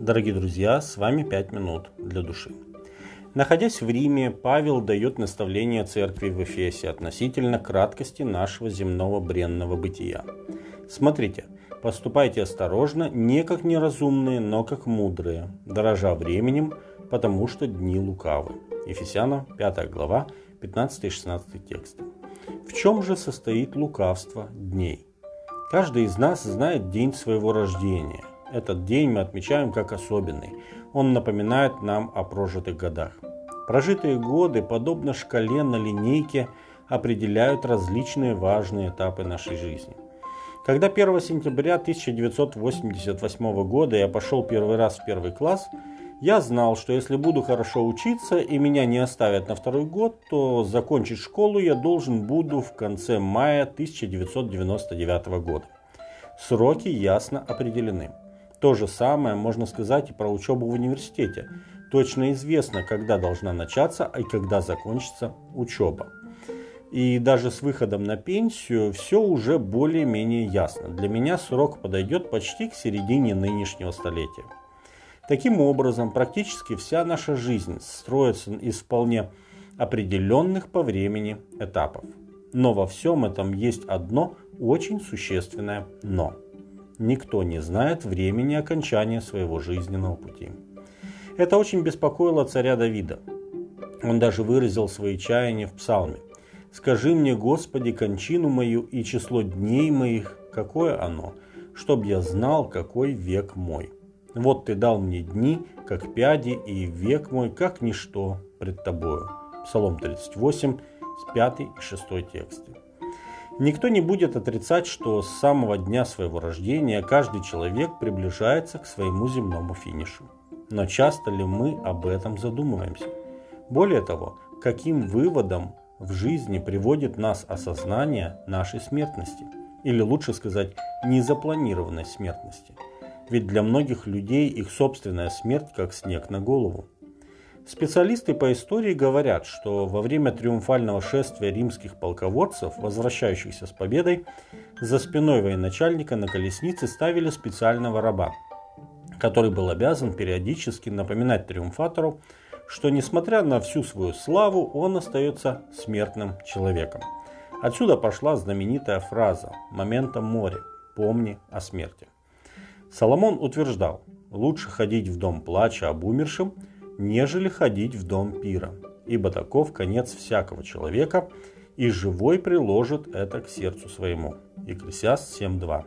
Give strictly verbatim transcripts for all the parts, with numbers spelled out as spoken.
Дорогие друзья, с вами пять минут для души. Находясь в Риме, Павел дает наставление церкви в Эфесе относительно краткости нашего земного бренного бытия. Смотрите, поступайте осторожно, не как неразумные, но как мудрые, дорожа временем, потому что дни лукавы. Ефесянам пятая глава, пятнадцатый-шестнадцатый тексты. В чем же состоит лукавство дней? Каждый из нас знает день своего рождения. Этот день мы отмечаем как особенный. Он напоминает нам о прожитых годах. Прожитые годы, подобно шкале на линейке, определяют различные важные этапы нашей жизни. Когда первого сентября тысяча девятьсот восемьдесят восьмого года я пошел первый раз в первый класс, я знал, что если буду хорошо учиться и меня не оставят на второй год, то закончить школу я должен буду в конце мая тысяча девятьсот девяносто девятого года. Сроки ясно определены. То же самое можно сказать и про учебу в университете. Точно известно, когда должна начаться и когда закончится учеба. И даже с выходом на пенсию все уже более-менее ясно. Для меня срок подойдет почти к середине нынешнего столетия. Таким образом, практически вся наша жизнь строится из вполне определенных по времени этапов. Но во всем этом есть одно очень существенное «но». Никто не знает времени окончания своего жизненного пути. Это очень беспокоило царя Давида. Он даже выразил свои чаяния в псалме. «Скажи мне, Господи, кончину мою и число дней моих, какое оно, чтоб я знал, какой век мой. Вот ты дал мне дни, как пяди, и век мой, как ничто пред тобою». Псалом тридцать восемь, пятый и шестой тексты. Никто не будет отрицать, что с самого дня своего рождения каждый человек приближается к своему земному финишу. Но часто ли мы об этом задумываемся? Более того, к каким выводам в жизни приводит нас осознание нашей смертности? Или лучше сказать, незапланированной смертности? Ведь для многих людей их собственная смерть как снег на голову. Специалисты по истории говорят, что во время триумфального шествия римских полководцев, возвращающихся с победой, за спиной военачальника на колеснице ставили специального раба, который был обязан периодически напоминать триумфатору, что несмотря на всю свою славу, он остается смертным человеком. Отсюда пошла знаменитая фраза «Моментум мори» – «Помни о смерти». Соломон утверждал: «Лучше ходить в дом плача об умершем, нежели ходить в дом пира, ибо таков конец всякого человека, и живой приложит это к сердцу своему». Екклесиаст семь два.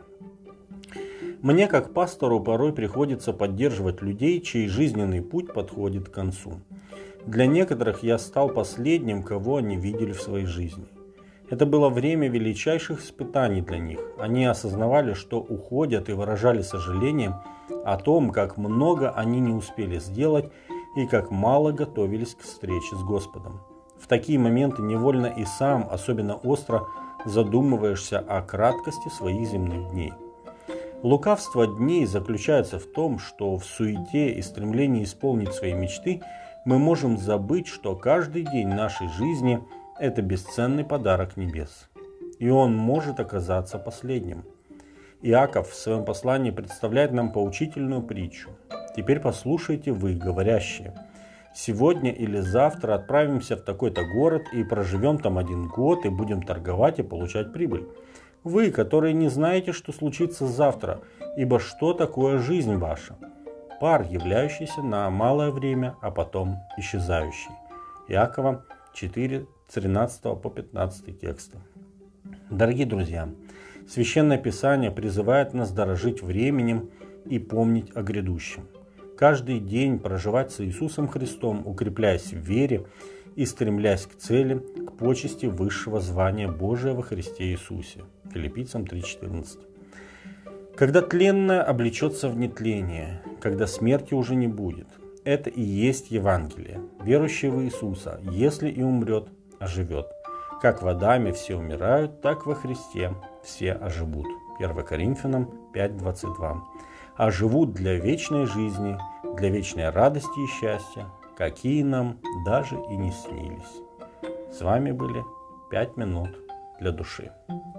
Мне, как пастору, порой приходится поддерживать людей, чей жизненный путь подходит к концу. Для некоторых я стал последним, кого они видели в своей жизни. Это было время величайших испытаний для них. Они осознавали, что уходят, и выражали сожаление о том, как много они не успели сделать и как мало готовились к встрече с Господом. В такие моменты невольно и сам особенно остро задумываешься о краткости своих земных дней. Лукавство дней заключается в том, что в суете и стремлении исполнить свои мечты мы можем забыть, что каждый день нашей жизни – это бесценный подарок небес. И он может оказаться последним. Иаков в своем послании представляет нам поучительную притчу. «Теперь послушайте вы, говорящие, сегодня или завтра отправимся в такой-то город и проживем там один год и будем торговать и получать прибыль. Вы, которые не знаете, что случится завтра, ибо что такое жизнь ваша? Пар, являющийся на малое время, а потом исчезающий». Иакова четыре, тринадцатый по пятнадцатый тексты. Дорогие друзья, Священное Писание призывает нас дорожить временем и помнить о грядущем. Каждый день проживать с Иисусом Христом, укрепляясь в вере и стремлясь к цели, к почести высшего звания Божия во Христе Иисусе. Филиппийцам три четырнадцать. Когда тленное облечется в нетление, когда смерти уже не будет. Это и есть Евангелие. Верующий в Иисуса, если и умрет, оживет. Как в Адаме все умирают, так во Христе все оживут. первое Коринфянам пять двадцать два. Оживут для вечной жизни, для вечной радости и счастья, какие нам даже и не снились. С вами были пять минут для души.